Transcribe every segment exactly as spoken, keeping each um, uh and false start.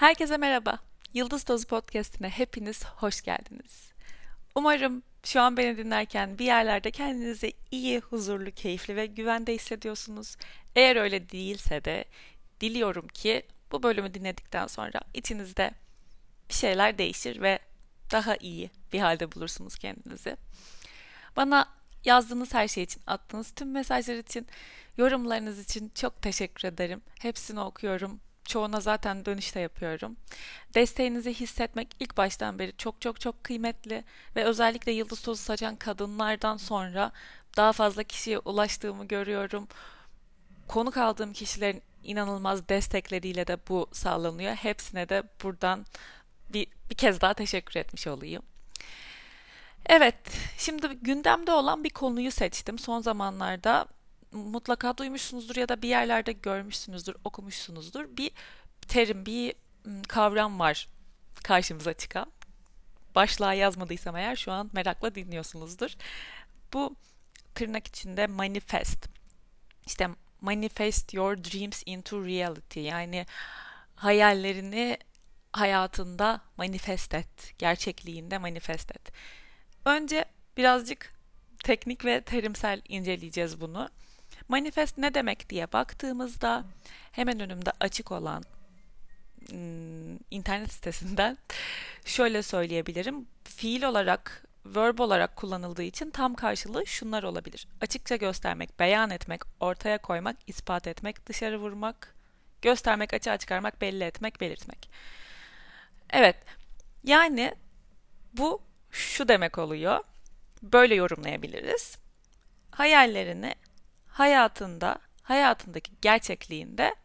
Herkese merhaba. Yıldız Tozu Podcast'ine hepiniz hoş geldiniz. Umarım şu an beni dinlerken bir yerlerde kendinizi iyi, huzurlu, keyifli ve güvende hissediyorsunuz. Eğer öyle değilse de diliyorum ki bu bölümü dinledikten sonra içinizde bir şeyler değişir ve daha iyi bir halde bulursunuz kendinizi. Bana yazdığınız her şey için, attığınız tüm mesajlar için, yorumlarınız için çok teşekkür ederim. Hepsini okuyorum. Çoğuna zaten dönüşte yapıyorum. Desteğinizi hissetmek ilk baştan beri çok çok çok kıymetli ve özellikle yıldız tozu saçan kadınlardan sonra daha fazla kişiye ulaştığımı görüyorum. Konuk aldığım kişilerin inanılmaz destekleriyle de bu sağlanıyor. Hepsine de buradan bir, bir kez daha teşekkür etmiş olayım. Evet, şimdi gündemde olan bir konuyu seçtim. Son zamanlarda mutlaka duymuşsunuzdur ya da bir yerlerde görmüşsünüzdür, okumuşsunuzdur. Bir terim, bir kavram var karşımıza çıkan. Başlığa yazmadıysam eğer şu an merakla dinliyorsunuzdur. Bu tırnak içinde manifest. İşte manifest your dreams into reality. Yani hayallerini hayatında manifest et. Gerçekliğinde manifest et. Önce birazcık teknik ve terimsel inceleyeceğiz bunu. Manifest ne demek diye baktığımızda hemen önümde açık olan ım, internet sitesinden şöyle söyleyebilirim. Fiil olarak, verb olarak kullanıldığı için tam karşılığı şunlar olabilir. Açıkça göstermek, beyan etmek, ortaya koymak, ispat etmek, dışarı vurmak, göstermek, açığa çıkarmak, belli etmek, belirtmek. Evet, yani bu şu demek oluyor. Böyle yorumlayabiliriz. Hayallerini hayatında, hayatındaki gerçekliğinde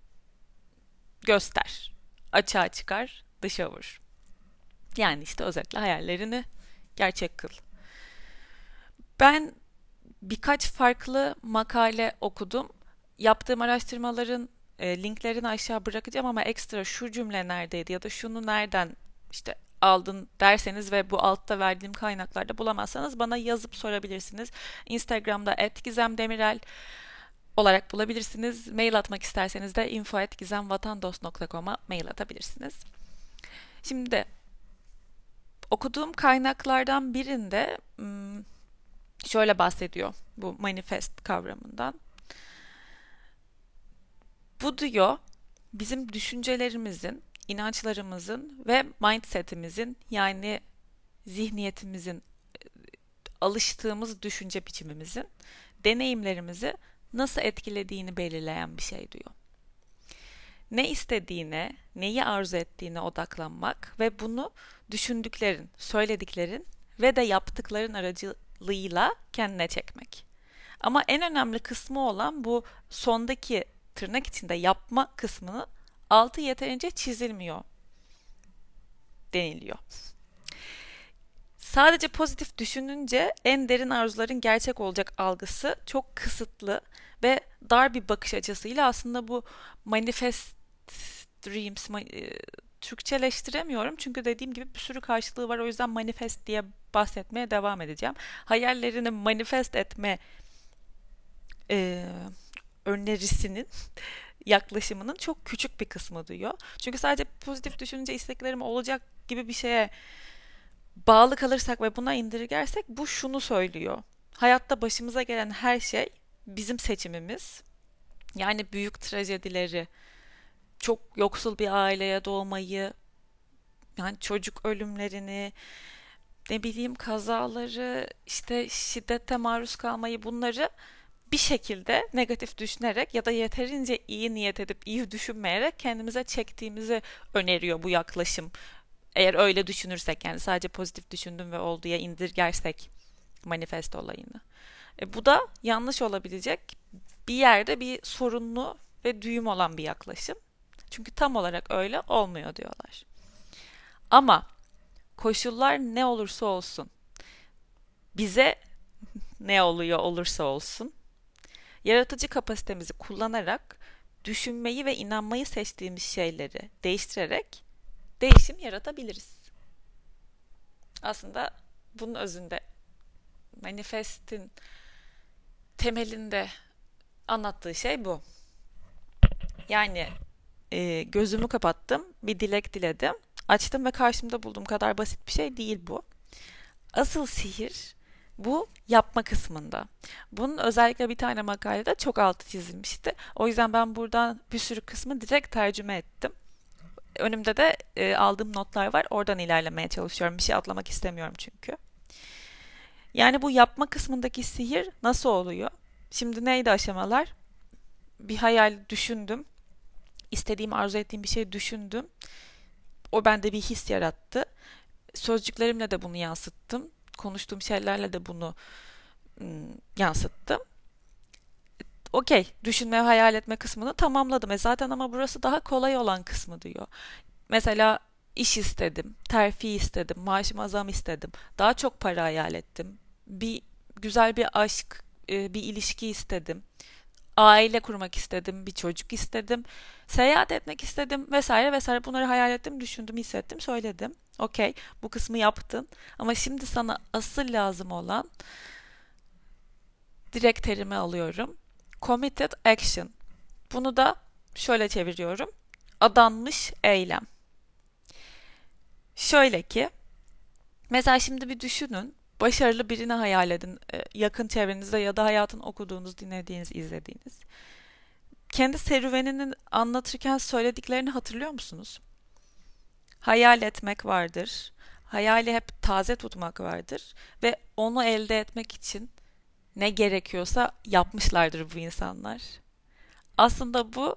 göster. Açığa çıkar, dışa vur. Yani işte özetle hayallerini gerçek kıl. Ben birkaç farklı makale okudum. Yaptığım araştırmaların e, linklerini aşağı bırakacağım ama ekstra şu cümle neredeydi ya da şunu nereden işte aldın derseniz ve bu altta verdiğim kaynaklarda bulamazsanız bana yazıp sorabilirsiniz. Instagram'da et gizemdemirel olarak bulabilirsiniz. Mail atmak isterseniz de info at gizemvatandos nokta com'a mail atabilirsiniz. Şimdi okuduğum kaynaklardan birinde hmm, şöyle bahsediyor bu manifest kavramından. Bu diyor bizim düşüncelerimizin, inançlarımızın ve mindsetimizin yani zihniyetimizin, alıştığımız düşünce biçimimizin deneyimlerimizi nasıl etkilediğini belirleyen bir şey diyor. Ne istediğine, neyi arzu ettiğine odaklanmak ve bunu düşündüklerin, söylediklerin ve de yaptıkların aracılığıyla kendine çekmek. Ama en önemli kısmı olan bu sondaki tırnak içinde yapma kısmını altı yeterince çizilmiyor deniliyor. Sadece pozitif düşününce en derin arzuların gerçek olacak algısı çok kısıtlı ve dar bir bakış açısıyla aslında bu manifest dreams e, Türkçeleştiremiyorum çünkü dediğim gibi bir sürü karşılığı var, o yüzden manifest diye bahsetmeye devam edeceğim. Hayallerini manifest etme e, önerisinin yaklaşımının çok küçük bir kısmı diyor. Çünkü sadece pozitif düşününce isteklerim olacak gibi bir şeye bağlı kalırsak ve buna indirgersek bu şunu söylüyor. Hayatta başımıza gelen her şey bizim seçimimiz. Yani büyük trajedileri, çok yoksul bir aileye doğmayı, yani çocuk ölümlerini, ne bileyim kazaları, işte şiddete maruz kalmayı, bunları bir şekilde negatif düşünerek ya da yeterince iyi niyet edip iyi düşünmeyerek kendimize çektiğimizi öneriyor bu yaklaşım. Eğer öyle düşünürsek, yani sadece pozitif düşündüm ve olduya indirgersek manifest olayını. E, bu da yanlış olabilecek, bir yerde bir sorunlu ve düğüm olan bir yaklaşım. Çünkü tam olarak öyle olmuyor diyorlar. Ama koşullar ne olursa olsun, bize ne oluyor olursa olsun, yaratıcı kapasitemizi kullanarak düşünmeyi ve inanmayı seçtiğimiz şeyleri değiştirerek değişim yaratabiliriz. Aslında bunun özünde manifestin temelinde anlattığı şey bu. Yani e, gözümü kapattım, bir dilek diledim, açtım ve karşımda bulduğum kadar basit bir şey değil bu. Asıl sihir bu yapma kısmında. Bunun özellikle bir tane makalede çok altı çizilmişti. O yüzden ben buradan bir sürü kısmı direkt tercüme ettim. Önümde de e, aldığım notlar var. Oradan ilerlemeye çalışıyorum. Bir şey atlamak istemiyorum çünkü. Yani bu yapma kısmındaki sihir nasıl oluyor? Şimdi neydi aşamalar? Bir hayal düşündüm. İstediğim, arzu ettiğim bir şey düşündüm. O bende bir his yarattı. Sözcüklerimle de bunu yansıttım. Konuştuğum şeylerle de bunu ım, yansıttım. Okey, düşünme ve hayal etme kısmını tamamladım. E zaten ama burası daha kolay olan kısmı diyor. Mesela iş istedim, terfi istedim, maaşıma zam istedim. Daha çok para hayal ettim. Bir güzel bir aşk, e, bir ilişki istedim. Aile kurmak istedim, bir çocuk istedim. Seyahat etmek istedim vesaire vesaire. Bunları hayal ettim, düşündüm, hissettim, söyledim. Okey, bu kısmı yaptın. Ama şimdi sana asıl lazım olan direkt terimi alıyorum. Committed action. Bunu da şöyle çeviriyorum. Adanmış eylem. Şöyle ki, mesela şimdi bir düşünün. Başarılı birini hayal edin. e, Yakın çevrenizde ya da hayatın okuduğunuz, dinlediğiniz, izlediğiniz. Kendi serüvenini anlatırken söylediklerini hatırlıyor musunuz? Hayal etmek vardır. Hayali hep taze tutmak vardır. Ve onu elde etmek için ne gerekiyorsa yapmışlardır bu insanlar. Aslında bu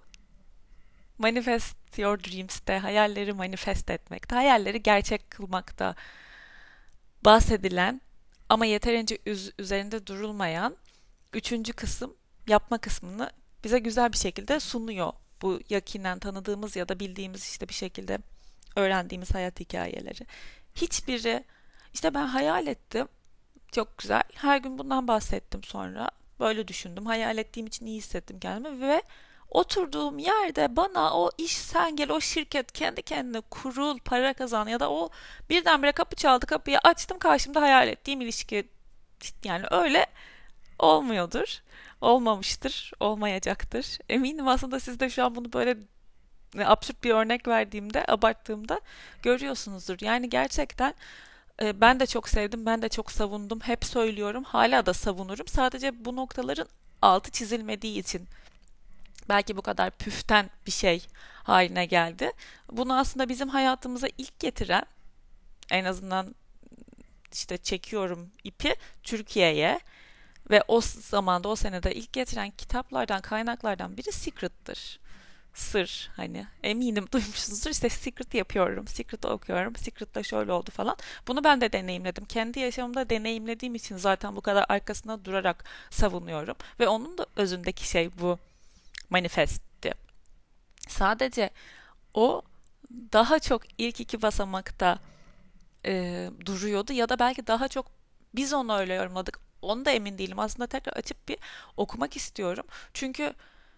Manifest Your Dreams'te hayalleri manifest etmekte, hayalleri gerçek kılmakta bahsedilen ama yeterince üz- üzerinde durulmayan üçüncü kısım, yapma kısmını bize güzel bir şekilde sunuyor. Bu yakinen tanıdığımız ya da bildiğimiz işte bir şekilde öğrendiğimiz hayat hikayeleri. Hiçbiri işte ben hayal ettim. Çok güzel. Her gün bundan bahsettim sonra. Böyle düşündüm. Hayal ettiğim için iyi hissettim kendimi ve oturduğum yerde bana o iş sen gel, o şirket kendi kendine kurul, para kazan ya da o birdenbire kapı çaldı, kapıyı açtım, karşımda hayal ettiğim ilişki, yani öyle olmuyordur. Olmamıştır, olmayacaktır. Eminim aslında siz de şu an bunu böyle absürt bir örnek verdiğimde, abarttığımda görüyorsunuzdur. Yani gerçekten e, ben de çok sevdim, ben de çok savundum. Hep söylüyorum, hala da savunurum. Sadece bu noktaların altı çizilmediği için belki bu kadar püften bir şey haline geldi. Bunu aslında bizim hayatımıza ilk getiren, en azından işte çekiyorum ipi, Türkiye'ye ve o zamanda, o senede ilk getiren kitaplardan, kaynaklardan biri Secret'tır. Sır, hani eminim duymuşsunuzdur, işte Secret yapıyorum, Secret okuyorum, Secret'ta şöyle oldu falan. Bunu ben de deneyimledim. Kendi yaşamımda deneyimlediğim için zaten bu kadar arkasında durarak savunuyorum. Ve onun da özündeki şey bu manifestti. Sadece o daha çok ilk iki basamakta e, duruyordu ya da belki daha çok biz onu öyle yorumladık. Onu da emin değilim. Aslında tekrar açıp bir okumak istiyorum. Çünkü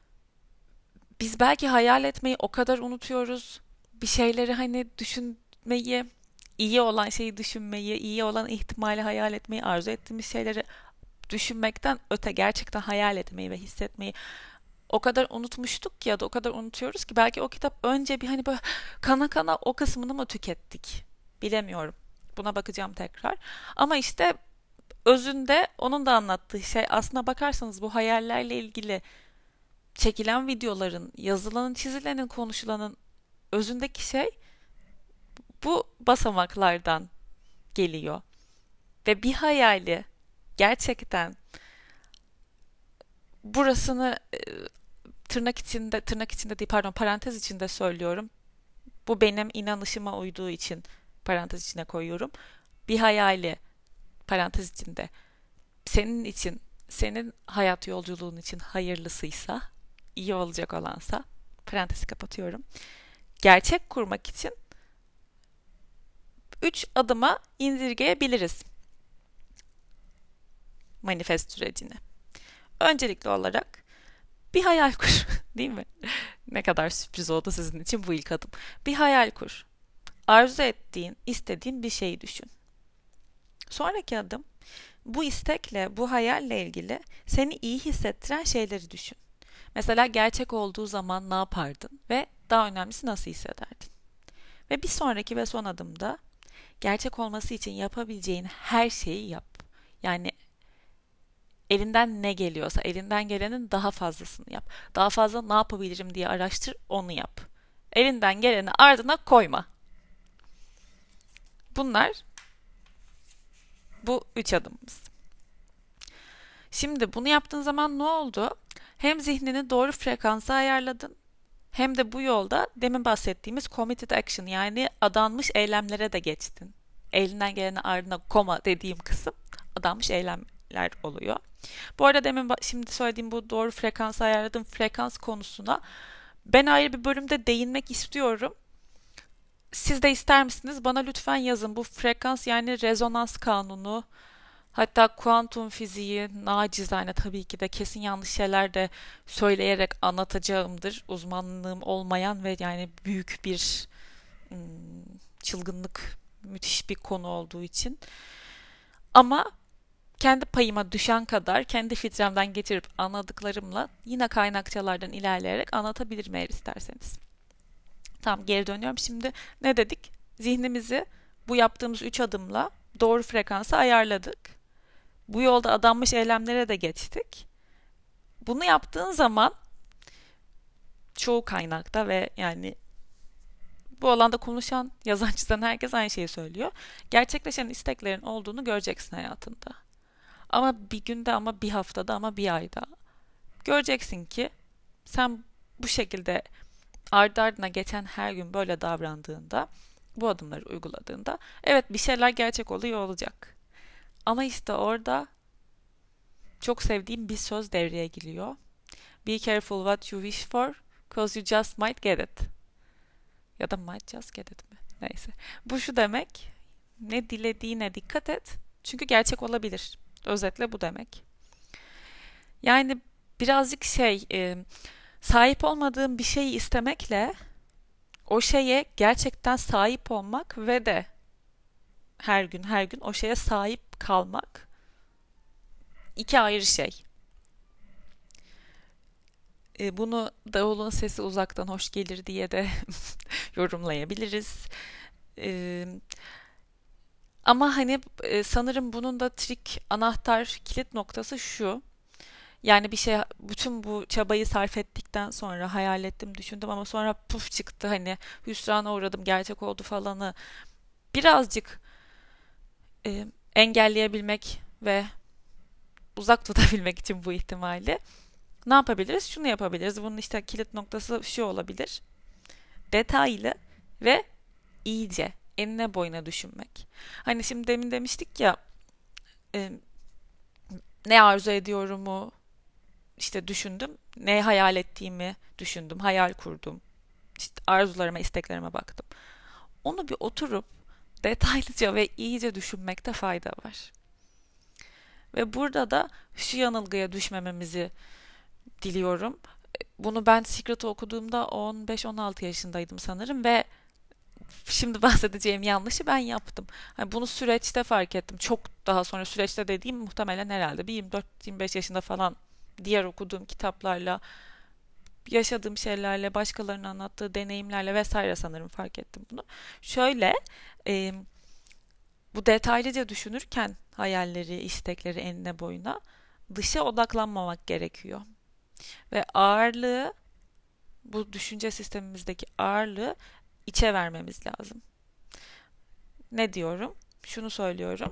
biz belki hayal etmeyi o kadar unutuyoruz. Bir şeyleri hani düşünmeyi, iyi olan şeyi düşünmeyi, iyi olan ihtimali hayal etmeyi, arzu ettiğimiz şeyleri düşünmekten öte gerçekten hayal etmeyi ve hissetmeyi o kadar unutmuştuk ki ya da o kadar unutuyoruz ki belki o kitap önce bir hani böyle kana kana o kısmını mı tükettik? Bilemiyorum. Buna bakacağım tekrar. Ama işte özünde onun da anlattığı şey, aslına bakarsanız bu hayallerle ilgili çekilen videoların, yazılanın, çizilenin, konuşulanın özündeki şey bu basamaklardan geliyor. Ve bir hayali gerçekten burasını e, tırnak içinde, tırnak içinde değil, pardon, parantez içinde söylüyorum. Bu benim inanışıma uyduğu için parantez içine koyuyorum. Bir hayali parantez içinde senin için, senin hayat yolculuğun için hayırlısıysa, iyi olacak olansa parantezi kapatıyorum. Gerçek kurmak için üç adıma indirgeyebiliriz manifest sürecini. Öncelikli olarak bir hayal kur, değil mi? Ne kadar sürpriz oldu sizin için bu ilk adım. Bir hayal kur. Arzu ettiğin, istediğin bir şeyi düşün. Sonraki adım, bu istekle, bu hayalle ilgili seni iyi hissettiren şeyleri düşün. Mesela gerçek olduğu zaman ne yapardın ve Daha önemlisi nasıl hissederdin? Ve bir sonraki ve son adımda gerçek olması için yapabileceğin her şeyi yap. Yani elinden ne geliyorsa, elinden gelenin daha fazlasını yap. Daha fazla ne yapabilirim diye araştır, onu yap. Elinden geleni ardına koyma. Bunlar bu üç adımımız. Şimdi bunu yaptığın zaman ne oldu? Hem zihnini doğru frekansa ayarladın, hem de bu yolda demin bahsettiğimiz committed action, yani adanmış eylemlere de geçtin. Elinden geleni ardına koma dediğim kısım adanmış eylemler oluyor. Bu arada demin şimdi söylediğim bu doğru frekansı ayarladığım frekans konusuna ben ayrı bir bölümde değinmek istiyorum. Siz de ister misiniz? Bana lütfen yazın. Bu frekans, yani rezonans kanunu, hatta kuantum fiziği, nacizane tabii ki de kesin yanlış şeyler de söyleyerek anlatacağımdır. Uzmanlığım olmayan ve yani büyük bir hmm, çılgınlık, müthiş bir konu olduğu için. Ama kendi payıma düşen kadar kendi filtremden geçirip anladıklarımla yine kaynakçalardan ilerleyerek anlatabilirim eğer isterseniz. Tamam, geri dönüyorum. Şimdi ne dedik? Zihnimizi bu yaptığımız üç adımla doğru frekansa ayarladık. Bu yolda adanmış eylemlere de geçtik. Bunu yaptığın zaman çoğu kaynakta ve yani bu alanda konuşan, yazan, çizen herkes aynı şeyi söylüyor. Gerçekleşen isteklerin olduğunu göreceksin hayatında. Ama bir günde, ama bir haftada, ama bir ayda göreceksin ki sen bu şekilde ardı ardına geçen her gün böyle davrandığında, bu adımları uyguladığında evet bir şeyler gerçek oluyor olacak. Ama işte orada çok sevdiğim bir söz devreye giriyor. Be careful what you wish for, cause you just might get it. Ya da might just get it mi? Neyse. Bu şu demek: ne dilediğine dikkat et. Çünkü gerçek olabilir. Özetle bu demek. Yani birazcık şey, e, sahip olmadığım bir şeyi istemekle o şeye gerçekten sahip olmak ve de her gün her gün o şeye sahip kalmak iki ayrı şey. E, bunu davulun sesi uzaktan hoş gelir diye de yorumlayabiliriz. E, ama hani e, sanırım bunun da trik, anahtar, kilit noktası şu. Yani bir şey, bütün bu çabayı sarf ettikten sonra hayal ettim, düşündüm ama sonra puf çıktı, hani hüsrana uğradım, gerçek oldu falanı birazcık e, engelleyebilmek ve uzak tutabilmek için bu ihtimali ne yapabiliriz? Şunu yapabiliriz. Bunun işte kilit noktası şu olabilir: detaylı ve iyice, enine boyuna düşünmek. Hani şimdi demin demiştik ya, e, ne arzu ediyorumu işte düşündüm, ne hayal ettiğimi düşündüm, hayal kurdum. İşte arzularıma, isteklerime baktım. Onu bir oturup detaylıca ve iyice düşünmekte fayda var. Ve burada da şu yanılgıya düşmememizi diliyorum. Bunu ben Secret'ı okuduğumda on beş on altı yaşındaydım sanırım ve şimdi bahsedeceğim yanlışı ben yaptım. Hani bunu süreçte fark ettim. Çok daha sonra, süreçte dediğim muhtemelen herhalde bir yirmi dört yirmi beş yaşında falan, diğer okuduğum kitaplarla, yaşadığım şeylerle, başkalarının anlattığı deneyimlerle vesaire sanırım fark ettim bunu. Şöyle, e, bu detaylıca düşünürken hayalleri, istekleri enine boyuna dışa odaklanmamak gerekiyor. Ve ağırlığı, bu düşünce sistemimizdeki ağırlığı içe vermemiz lazım. Ne diyorum? Şunu söylüyorum.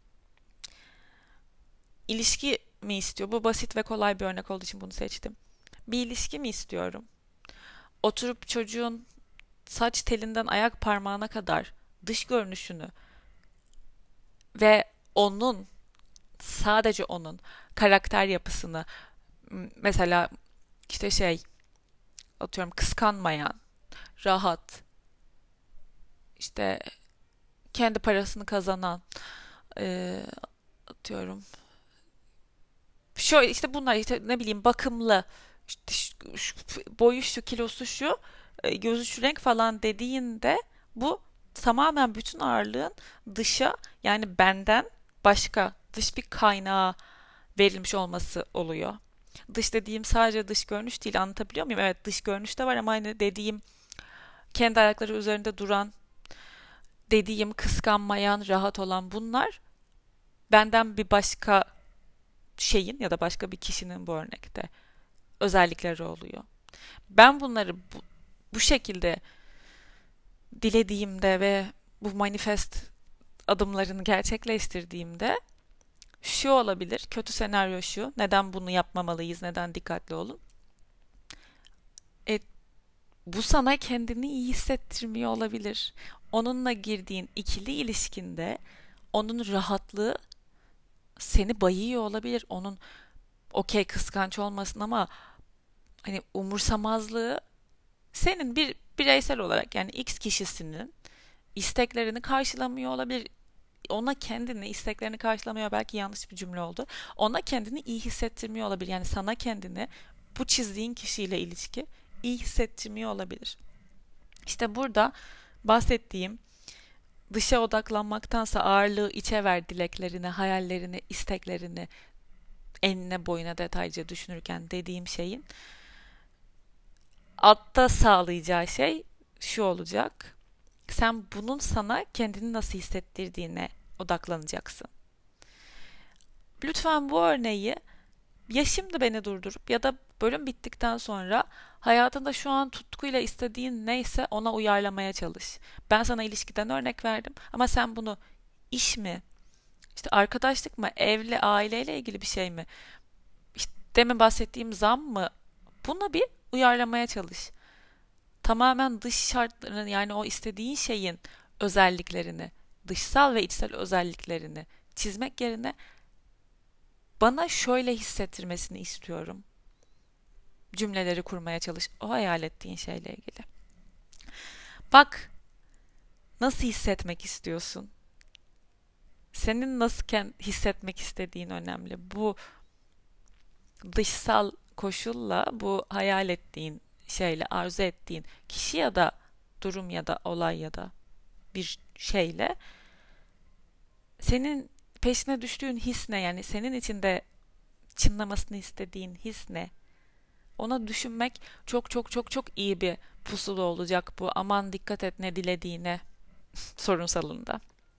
İlişki mi istiyor? Bu basit ve kolay bir örnek olduğu için bunu seçtim. Bir ilişki mi istiyorum? Oturup çocuğun saç telinden ayak parmağına kadar dış görünüşünü ve onun, sadece onun karakter yapısını, mesela işte şey, atıyorum kıskanmayan, rahat, işte kendi parasını kazanan, e, atıyorum şöyle işte, bunlar işte ne bileyim bakımlı, işte şu- şu- boyu şu, kilosu şu, e, gözü şu renk falan dediğinde bu tamamen bütün ağırlığın dışa, yani benden başka dış bir kaynağa verilmiş olması oluyor. Dış dediğim sadece dış görünüş değil, anlatabiliyor muyum? Evet, dış görünüş de var ama hani dediğim kendi ayakları üzerinde duran, dediğim kıskanmayan, rahat olan, bunlar benden bir başka şeyin ya da başka bir kişinin bu örnekte özellikleri oluyor. Ben bunları bu, bu şekilde dilediğimde ve bu manifest adımlarını gerçekleştirdiğimde şu olabilir. Kötü senaryo şu. Neden bunu yapmamalıyız? Neden dikkatli olun? E, Bu sana kendini iyi hissettirmiyor olabilir. Onunla girdiğin ikili ilişkinde onun rahatlığı seni bayıyor olabilir. Onun okey kıskanç olmasın ama hani umursamazlığı senin bir bireysel olarak, yani X kişisinin isteklerini karşılamıyor olabilir. Ona kendini, isteklerini karşılamıyor, belki yanlış bir cümle oldu. Ona kendini iyi hissettirmiyor olabilir. Yani sana kendini bu çizdiğin kişiyle ilişki iyi hissettirmiyor olabilir. İşte burada bahsettiğim, dışa odaklanmaktansa ağırlığı içe ver dileklerini, hayallerini, isteklerini enine boyuna detaylıca düşünürken dediğim şeyin altta sağlayacağı şey şu olacak. Sen bunun sana kendini nasıl hissettirdiğine odaklanacaksın. Lütfen bu örneği ya şimdi beni durdurup ya da bölüm bittikten sonra hayatında şu an tutkuyla istediğin neyse ona uyarlamaya çalış. Ben sana ilişkiden örnek verdim ama sen bunu iş mi, işte arkadaşlık mı, evle, aileyle ilgili bir şey mi, işte demin bahsettiğim zam mı, buna bir uyarlamaya çalış. Tamamen dış şartların, yani o istediğin şeyin özelliklerini, dışsal ve içsel özelliklerini çizmek yerine bana şöyle hissettirmesini istiyorum cümleleri kurmaya çalış o hayal ettiğin şeyle ilgili. Bak, nasıl hissetmek istiyorsun? Senin nasıl hissetmek istediğin önemli. Bu dışsal koşulla, bu hayal ettiğin şeyle, arzu ettiğin kişi ya da durum ya da olay ya da bir şeyle senin peşine düştüğün his ne? Yani senin içinde çınlamasını istediğin his ne? Ona düşünmek çok çok çok çok iyi bir pusulu olacak bu. Aman dikkat et ne dilediğine sorunsalında.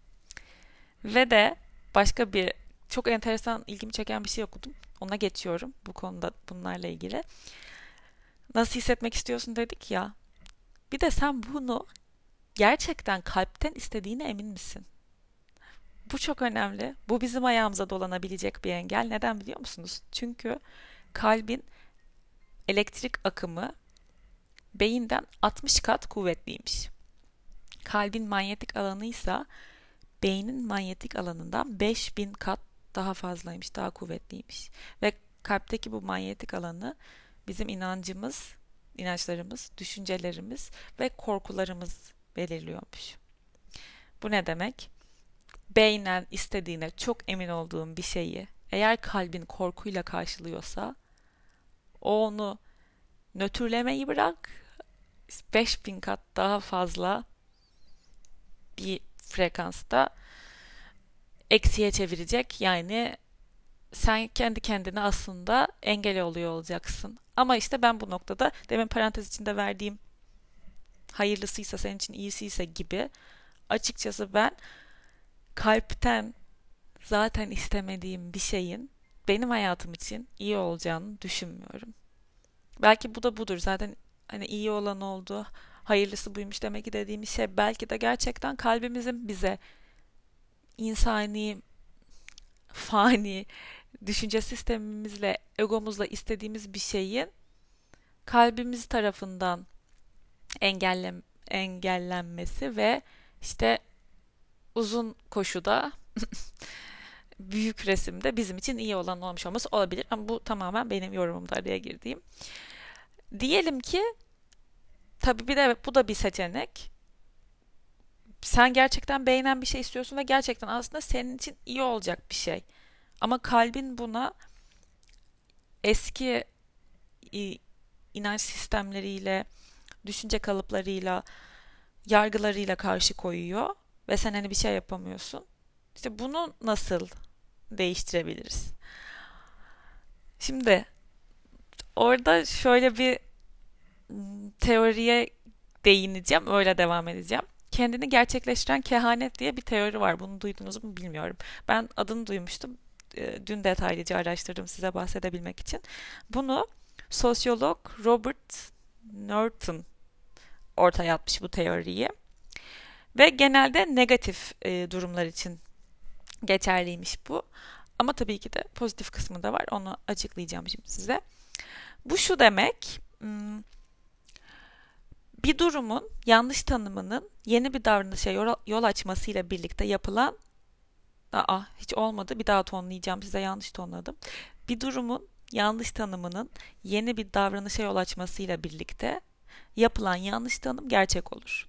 Ve de başka bir çok enteresan, ilgimi çeken bir şey okudum. Ona geçiyorum bu konuda, bunlarla ilgili. Nasıl hissetmek istiyorsun dedik ya. Bir de sen bunu gerçekten kalpten istediğine emin misin? Bu çok önemli. Bu bizim ayağımıza dolanabilecek bir engel. Neden biliyor musunuz? Çünkü kalbin elektrik akımı beyinden altmış kat kuvvetliymiş. Kalbin manyetik alanı ise beynin manyetik alanından beş bin kat daha fazlaymış, daha kuvvetliymiş. Ve kalpteki bu manyetik alanı bizim inancımız, inançlarımız, düşüncelerimiz ve korkularımız belirliyormuş. Bu ne demek? Beynen istediğine çok emin olduğun bir şeyi eğer kalbin korkuyla karşılıyorsa, o onu nötrlemeyi bırak, beş bin kat daha fazla bir frekansta eksiye çevirecek. Yani sen kendi kendine aslında engel oluyor olacaksın. Ama işte ben bu noktada demin parantez içinde verdiğim hayırlısıysa senin için iyisiyse gibi, açıkçası ben kalpten zaten istemediğim bir şeyin benim hayatım için iyi olacağını düşünmüyorum. Belki bu da budur. Zaten hani iyi olan oldu, hayırlısı buymuş demek ki dediğimiz şey belki de gerçekten kalbimizin bize insani, fani düşünce sistemimizle, egomuzla istediğimiz bir şeyin kalbimiz tarafından engellem engellenmesi ve işte uzun koşuda büyük resimde bizim için iyi olan olmuş olması olabilir. Ama bu tamamen benim yorumumda araya girdiğim. Diyelim ki tabii bir de bu da bir seçenek. Sen gerçekten beğenen bir şey istiyorsun ve gerçekten aslında senin için iyi olacak bir şey. Ama kalbin buna eski inanç sistemleriyle, düşünce kalıplarıyla, yargılarıyla karşı koyuyor ve sen hani bir şey yapamıyorsun. İşte bunu nasıl değiştirebiliriz? Şimdi orada şöyle bir teoriye değineceğim, öyle devam edeceğim. Kendini gerçekleştiren kehanet diye bir teori var. Bunu duydunuz mu bilmiyorum. Ben adını duymuştum. E, Dün detaylıca araştırdım size bahsedebilmek için. Bunu sosyolog Robert Norton ortaya atmış bu teoriyi. Ve genelde negatif e, durumlar için geçerliymiş bu. Ama tabii ki de pozitif kısmı da var. Onu açıklayacağım şimdi size. Bu şu demek, hmm, bir durumun yanlış tanımının yeni bir davranışa yol açmasıyla birlikte yapılan, aa hiç olmadı, bir daha tonlayacağım, size yanlış tonladım. Bir durumun yanlış tanımının yeni bir davranışa yol açmasıyla birlikte yapılan yanlış tanım gerçek olur.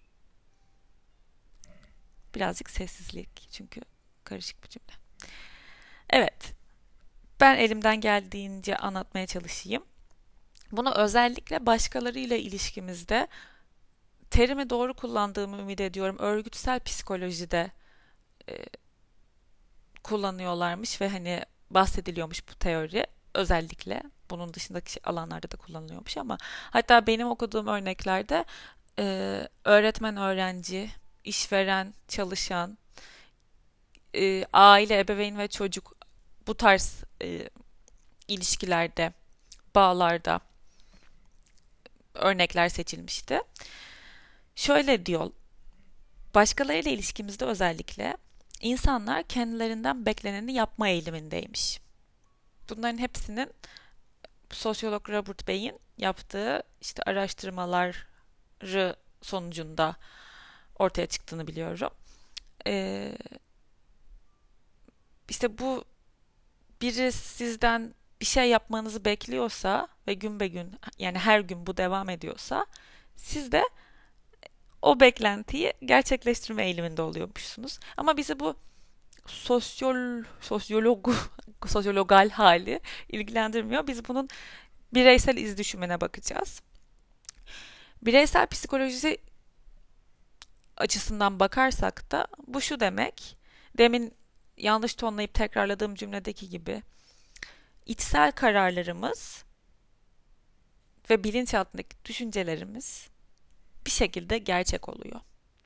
Birazcık sessizlik çünkü karışık bir cümle. Evet, ben elimden geldiğince anlatmaya çalışayım. Bunu özellikle başkalarıyla ilişkimizde, terimi doğru kullandığımı ümit ediyorum, örgütsel psikolojide e, kullanıyorlarmış ve hani bahsediliyormuş bu teori. Özellikle bunun dışındaki alanlarda da kullanılıyormuş ama hatta benim okuduğum örneklerde e, öğretmen öğrenci, işveren çalışan, e, aile, ebeveyn ve çocuk, bu tarz e, ilişkilerde, bağlarda örnekler seçilmişti. Şöyle diyor, başkalarıyla ilişkimizde özellikle insanlar kendilerinden bekleneni yapma eğilimindeymiş. Bunların hepsinin sosyolog Robert Bey'in yaptığı işte araştırmaları sonucunda ortaya çıktığını biliyorum. Ee, işte bu, biri sizden bir şey yapmanızı bekliyorsa ve gün be gün, yani her gün bu devam ediyorsa, siz de o beklentiyi gerçekleştirme eğiliminde oluyormuşsunuz. Ama bizi bu sosyol sosyolog sosyologal hali ilgilendirmiyor. Biz bunun bireysel iz düşümüne bakacağız. Bireysel psikolojisi açısından bakarsak da bu şu demek. Demin yanlış tonlayıp tekrarladığım cümledeki gibi, içsel kararlarımız ve bilinçaltındaki düşüncelerimiz bir şekilde gerçek oluyor.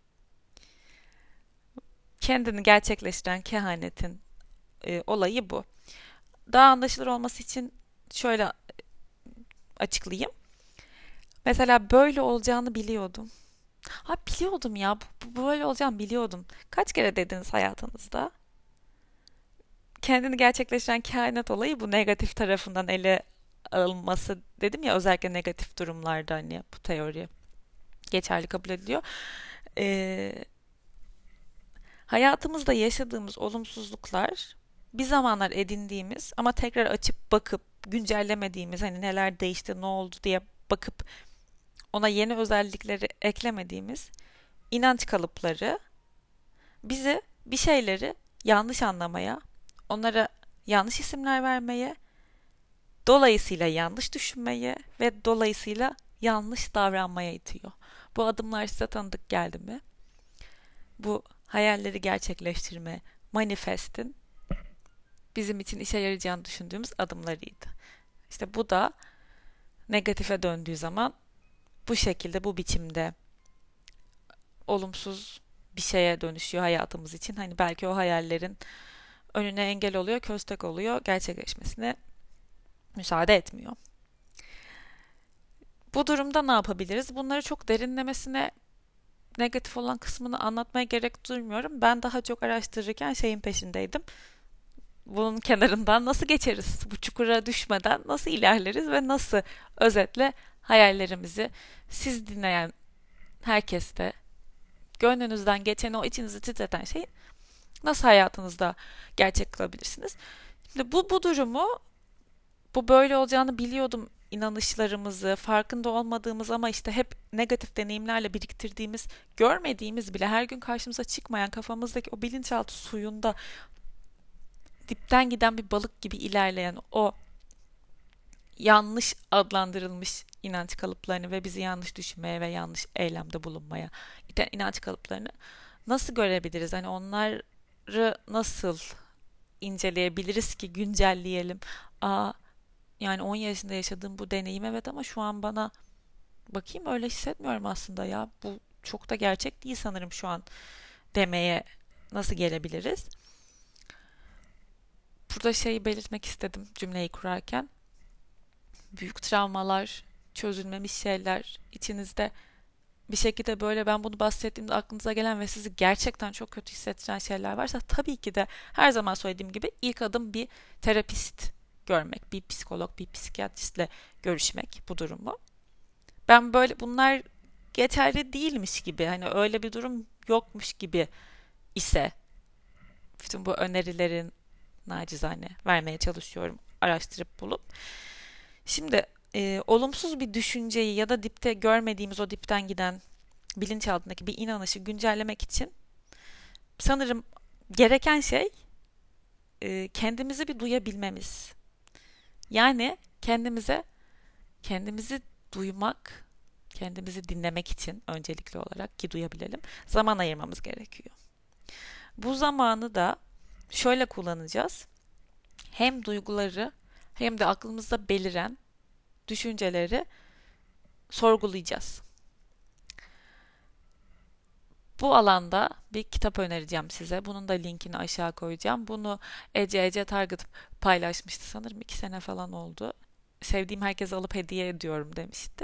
Kendini gerçekleştiren kehanetin e, olayı bu. Daha anlaşılır olması için şöyle açıklayayım. Mesela böyle olacağını biliyordum. Ha, biliyordum ya, bu, bu böyle olacağını biliyordum. Kaç kere dediniz hayatınızda? Kendini gerçekleştiren kainat olayı bu negatif tarafından ele alınması, dedim ya, özellikle negatif durumlarda hani bu teori geçerli kabul ediliyor. Ee, Hayatımızda yaşadığımız olumsuzluklar bir zamanlar edindiğimiz ama tekrar açıp bakıp güncellemediğimiz, hani neler değişti ne oldu diye bakıp ona yeni özellikleri eklemediğimiz inanç kalıpları bizi bir şeyleri yanlış anlamaya, onlara yanlış isimler vermeye, dolayısıyla yanlış düşünmeye ve dolayısıyla yanlış davranmaya itiyor. Bu adımlar size tanıdık geldi mi? Bu hayalleri gerçekleştirme, manifestin bizim için işe yarayacağını düşündüğümüz adımlarıydı. İşte bu da negatife döndüğü zaman bu şekilde, bu biçimde olumsuz bir şeye dönüşüyor hayatımız için. Hani belki o hayallerin önüne engel oluyor, köstek oluyor, gerçekleşmesine müsaade etmiyor. Bu durumda ne yapabiliriz? Bunları çok derinlemesine, negatif olan kısmını anlatmaya gerek duymuyorum. Ben daha çok araştırırken şeyin peşindeydim. Bunun kenarından nasıl geçeriz? Bu çukura düşmeden nasıl ilerleriz ve nasıl, özetle, hayallerimizi siz dinleyen herkes de gönlünüzden geçen, o içinizi titreten şeyi nasıl hayatınızda gerçek kılabilirsiniz? Şimdi bu bu durumu, bu böyle olacağını biliyordum inanışlarımızı, farkında olmadığımız ama işte hep negatif deneyimlerle biriktirdiğimiz, görmediğimiz bile, her gün karşımıza çıkmayan, kafamızdaki o bilinçaltı suyunda dipten giden bir balık gibi ilerleyen o yanlış adlandırılmış inanç kalıplarını ve bizi yanlış düşünmeye ve yanlış eylemde bulunmaya iten inanç kalıplarını nasıl görebiliriz? Hani onları nasıl inceleyebiliriz ki güncelleyelim? Aa, yani on yaşında yaşadığım bu deneyim, evet, ama şu an bana bakayım öyle hissetmiyorum aslında ya. Bu çok da gerçek değil sanırım şu an demeye nasıl gelebiliriz? Burada şeyi belirtmek istedim cümleyi kurarken. Büyük travmalar, çözülmemiş şeyler içinizde bir şekilde böyle ben bunu bahsettiğimde aklınıza gelen ve sizi gerçekten çok kötü hissettiren şeyler varsa tabii ki de her zaman söylediğim gibi ilk adım bir terapist görmek, bir psikolog, bir psikiyatristle görüşmek bu durumu. Ben böyle bunlar geçerli değilmiş gibi hani öyle bir durum yokmuş gibi ise bütün bu önerilerin nacizane vermeye çalışıyorum araştırıp bulup. Şimdi e, olumsuz bir düşünceyi ya da dipte görmediğimiz o dipten giden bilinçaltındaki bir inanışı güncellemek için sanırım gereken şey e, kendimizi bir duyabilmemiz. Yani kendimize kendimizi duymak, kendimizi dinlemek için öncelikli olarak ki duyabilelim zaman ayırmamız gerekiyor. Bu zamanı da şöyle kullanacağız. Hem duyguları hem de aklımızda beliren düşünceleri sorgulayacağız. Bu alanda bir kitap önereceğim size. Bunun da linkini aşağı koyacağım. Bunu Ece Ece Target paylaşmıştı sanırım iki sene falan oldu. Sevdiğim herkese alıp hediye ediyorum demişti.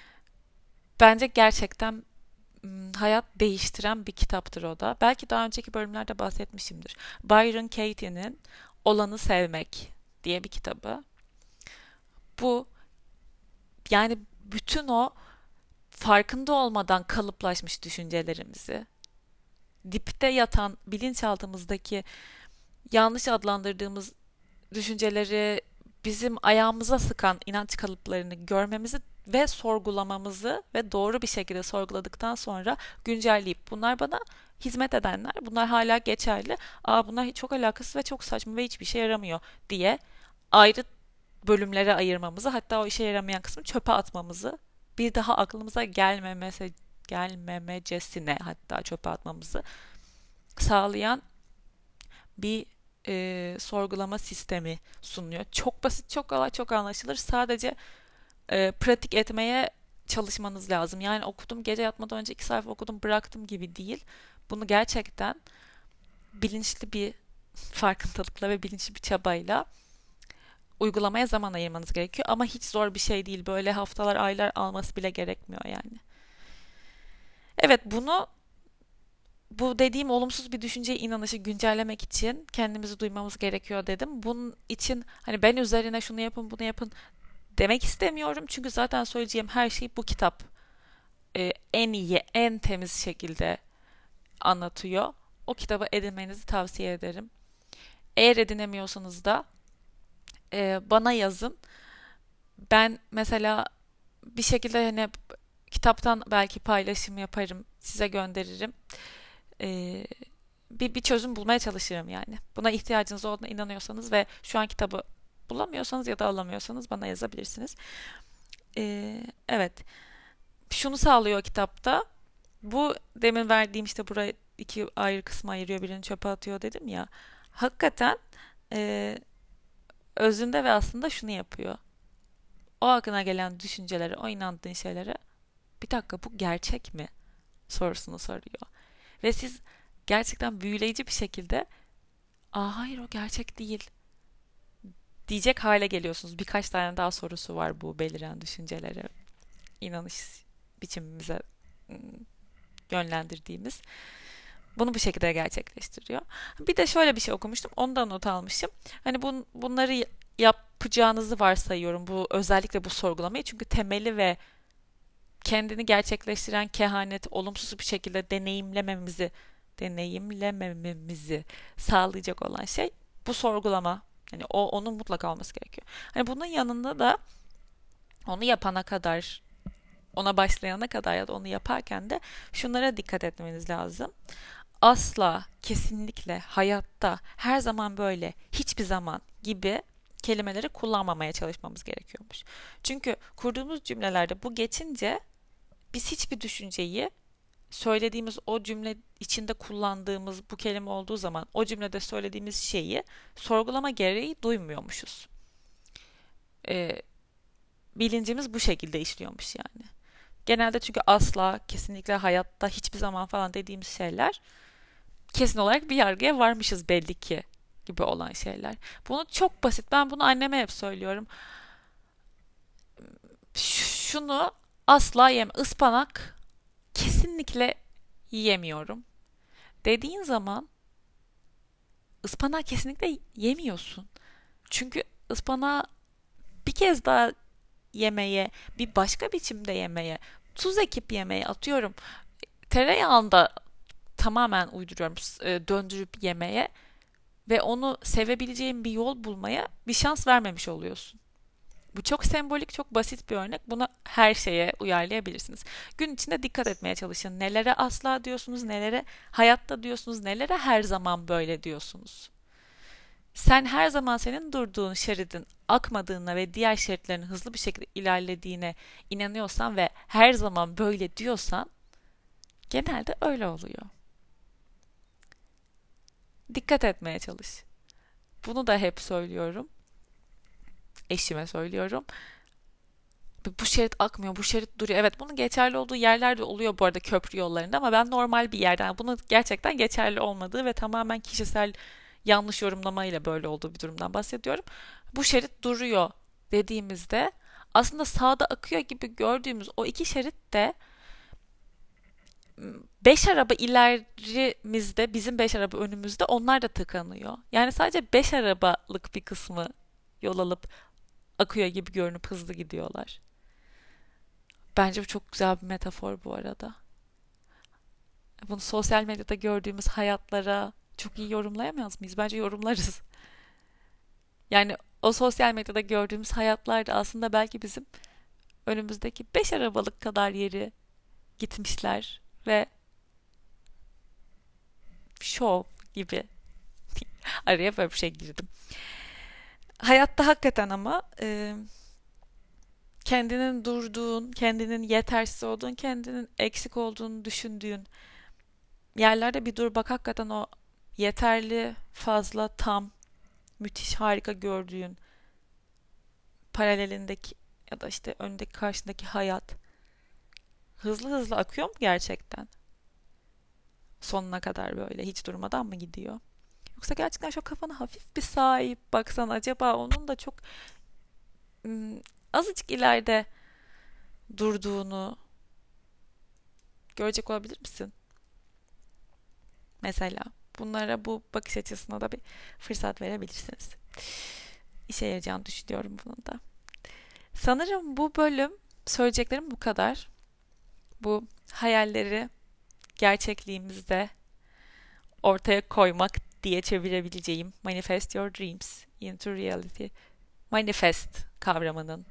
Bence gerçekten hayat değiştiren bir kitaptır o da. Belki daha önceki bölümlerde bahsetmişimdir. Byron Katie'nin Olanı Sevmek diye bir kitabı. Bu yani bütün o farkında olmadan kalıplaşmış düşüncelerimizi, dipte yatan bilinçaltımızdaki yanlış adlandırdığımız düşünceleri bizim ayağımıza sıkan inanç kalıplarını görmemizi ve sorgulamamızı ve doğru bir şekilde sorguladıktan sonra güncelleyip bunlar bana hizmet edenler, bunlar hala geçerli, aa bunlar çok alakasız ve çok saçma ve hiçbir işe yaramıyor diye ayrı bölümlere ayırmamızı, hatta o işe yaramayan kısmı çöpe atmamızı, bir daha aklımıza gelmemesi gelmemecesine hatta çöpe atmamızı sağlayan bir e, sorgulama sistemi sunuyor. Çok basit, çok kolay, çok anlaşılır. Sadece e, pratik etmeye çalışmanız lazım. Yani okudum, gece yatmadan önce iki sayfa okudum, bıraktım gibi değil. Bunu gerçekten bilinçli bir farkındalıkla ve bilinçli bir çabayla uygulamaya zaman ayırmanız gerekiyor. Ama hiç zor bir şey değil. Böyle haftalar, aylar alması bile gerekmiyor yani. Evet, bunu bu dediğim olumsuz bir düşünceyi inanışı güncellemek için kendimizi duymamız gerekiyor dedim. Bunun için hani ben üzerine şunu yapın bunu yapın demek istemiyorum. Çünkü zaten söyleyeceğim her şey bu kitap e, en iyi, en temiz şekilde anlatıyor. O kitabı edinmenizi tavsiye ederim. Eğer edinemiyorsanız da e, bana yazın. Ben mesela bir şekilde hani kitaptan belki paylaşım yaparım, size gönderirim. Ee, bir, bir çözüm bulmaya çalışırım yani. Buna ihtiyacınız olduğuna inanıyorsanız ve şu an kitabı bulamıyorsanız ya da alamıyorsanız bana yazabilirsiniz. Ee, evet. Şunu sağlıyor kitapta. Bu demin verdiğim işte buraya iki ayrı kısma ayırıyor, birini çöpe atıyor dedim ya. Hakikaten e, özünde ve aslında şunu yapıyor. O aklına gelen düşünceleri, o inandığın şeylere bir dakika bu gerçek mi sorusunu soruyor. Ve siz gerçekten büyüleyici bir şekilde aa hayır o gerçek değil diyecek hale geliyorsunuz. Birkaç tane daha sorusu var bu beliren düşüncelere, inanış biçimimize ım, yönlendirdiğimiz. Bunu bu şekilde gerçekleştiriyor. Bir de şöyle bir şey okumuştum. Ondan not almışım. Hani bun, bunları yapacağınızı varsayıyorum. Bu özellikle bu sorgulamayı. Çünkü temeli ve kendini gerçekleştiren kehaneti olumsuz bir şekilde deneyimlememizi deneyimlememizi sağlayacak olan şey bu sorgulama. Yani o onun mutlaka olması gerekiyor. Hani bunun yanında da onu yapana kadar, ona başlayana kadar ya da onu yaparken de şunlara dikkat etmeniz lazım. Asla, kesinlikle, hayatta, her zaman böyle, hiçbir zaman gibi kelimeleri kullanmamaya çalışmamız gerekiyormuş. Çünkü kurduğumuz cümlelerde bu geçince biz hiçbir düşünceyi söylediğimiz o cümle içinde kullandığımız bu kelime olduğu zaman o cümlede söylediğimiz şeyi sorgulama gereği duymuyormuşuz. Ee, Bilincimiz bu şekilde işliyormuş yani. Genelde çünkü asla, kesinlikle, hayatta, hiçbir zaman falan dediğimiz şeyler kesin olarak bir yargıya varmışız belli ki gibi olan şeyler. Bunu çok basit. Ben bunu anneme hep söylüyorum. Şunu asla yeme. Ispanak kesinlikle yiyemiyorum dediğin zaman ıspanağı kesinlikle yemiyorsun. Çünkü ıspanağı bir kez daha yemeye, bir başka biçimde yemeye, tuz ekip yemeye, atıyorum tereyağında, tamamen uyduruyorum, e, döndürüp yemeye ve onu sevebileceğin bir yol bulmaya bir şans vermemiş oluyorsun. Bu çok sembolik, çok basit bir örnek. Bunu her şeye uyarlayabilirsiniz. Gün içinde dikkat etmeye çalışın. Nelere asla diyorsunuz, nelere hayatta diyorsunuz, nelere her zaman böyle diyorsunuz. Sen her zaman senin durduğun şeridin akmadığına ve diğer şeritlerin hızlı bir şekilde ilerlediğine inanıyorsan ve her zaman böyle diyorsan genelde öyle oluyor. Dikkat etmeye çalış. Bunu da hep söylüyorum. Eşime söylüyorum. Bu şerit akmıyor, bu şerit duruyor. Evet, bunun geçerli olduğu yerler de oluyor bu arada, köprü yollarında, ama ben normal bir yerden, yani bunun gerçekten geçerli olmadığı ve tamamen kişisel yanlış yorumlamayla böyle olduğu bir durumdan bahsediyorum. Bu şerit duruyor dediğimizde aslında sağda akıyor gibi gördüğümüz o iki şerit de beş araba ilerimizde, bizim beş araba önümüzde, onlar da tıkanıyor. Yani sadece beş arabalık bir kısmı yol alıp akıyor gibi görünüp hızlı gidiyorlar. Bence bu çok güzel bir metafor bu arada. Bunu sosyal medyada gördüğümüz hayatlara çok iyi yorumlayamaz mıyız? Bence yorumlarız. Yani o sosyal medyada gördüğümüz hayatlar da aslında belki bizim önümüzdeki beş arabalık kadar yeri gitmişler ve şov gibi. Araya böyle bir şey girdim. Hayatta hakikaten ama e, kendinin durduğun, kendinin yetersiz olduğun, kendinin eksik olduğunu düşündüğün yerlerde bir dur bak, hakikaten o yeterli, fazla, tam, müthiş, harika gördüğün paralelindeki ya da işte önündeki, karşındaki hayat hızlı hızlı akıyor mu gerçekten? Sonuna kadar böyle hiç durmadan mı gidiyor? Yoksa gerçekten şu kafana hafif bir sahip baksan, acaba onun da çok ım, azıcık ileride durduğunu görecek olabilir misin? Mesela bunlara, bu bakış açısına da bir fırsat verebilirsiniz. İşe yarayacağını düşünüyorum bunun da. Sanırım bu bölüm söyleyeceklerim bu kadar. Bu hayalleri gerçekliğimizde ortaya koymak diye çevirebileceğim Manifest Your Dreams into Reality. Manifest kavramının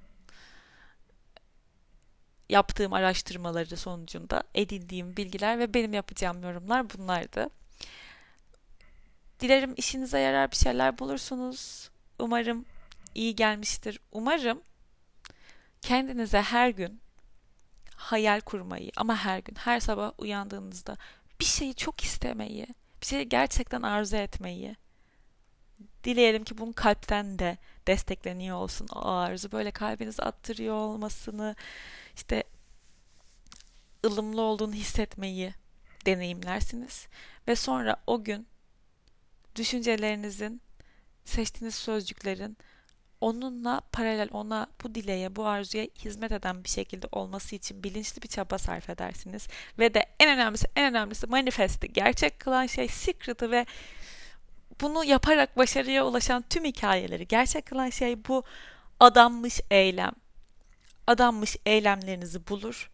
yaptığım araştırmaları sonucunda edindiğim bilgiler ve benim yapacağım yorumlar bunlardı. Dilerim işinize yarar bir şeyler bulursunuz. Umarım iyi gelmiştir. Umarım kendinize her gün hayal kurmayı, ama her gün, her sabah uyandığınızda bir şeyi çok istemeyi, bir şeyi gerçekten arzu etmeyi, dileyelim ki bunun kalpten de destekleniyor olsun o arzu. Böyle kalbinizi attırıyor olmasını, işte ılımlı olduğunu hissetmeyi deneyimlersiniz. Ve sonra o gün düşüncelerinizin, seçtiğiniz sözcüklerin onunla paralel, ona, bu dileğe, bu arzuya hizmet eden bir şekilde olması için bilinçli bir çaba sarf edersiniz. Ve de en önemlisi, en önemlisi manifesti gerçek kılan şey, secret'ı ve bunu yaparak başarıya ulaşan tüm hikayeleri gerçek kılan şey bu adanmış eylem. Adanmış eylemlerinizi bulur.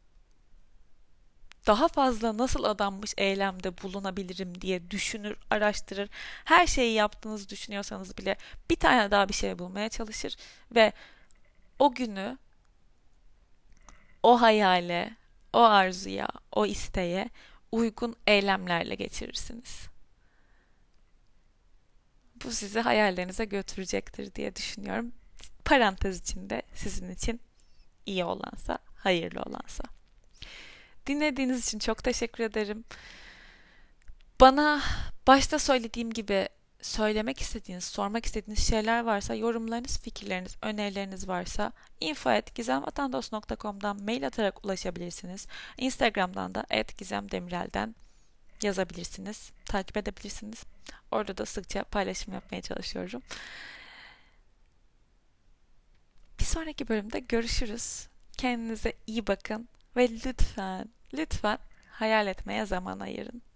Daha fazla nasıl adanmış eylemde bulunabilirim diye düşünür, araştırır. Her şeyi yaptığınızı düşünüyorsanız bile bir tane daha bir şey bulmaya çalışır ve o günü o hayale, o arzuya, o isteğe uygun eylemlerle geçirirsiniz. Bu sizi hayallerinize götürecektir diye düşünüyorum. Parantez içinde, sizin için iyi olansa, hayırlı olansa. Dinlediğiniz için çok teşekkür ederim. Bana başta söylediğim gibi söylemek istediğiniz, sormak istediğiniz şeyler varsa, yorumlarınız, fikirleriniz, önerileriniz varsa info at gizemvatandos nokta com'dan mail atarak ulaşabilirsiniz. Instagram'dan da at gizemdemirel'den yazabilirsiniz, takip edebilirsiniz. Orada da sıkça paylaşım yapmaya çalışıyorum. Bir sonraki bölümde görüşürüz. Kendinize iyi bakın ve lütfen, lütfen hayal etmeye zaman ayırın.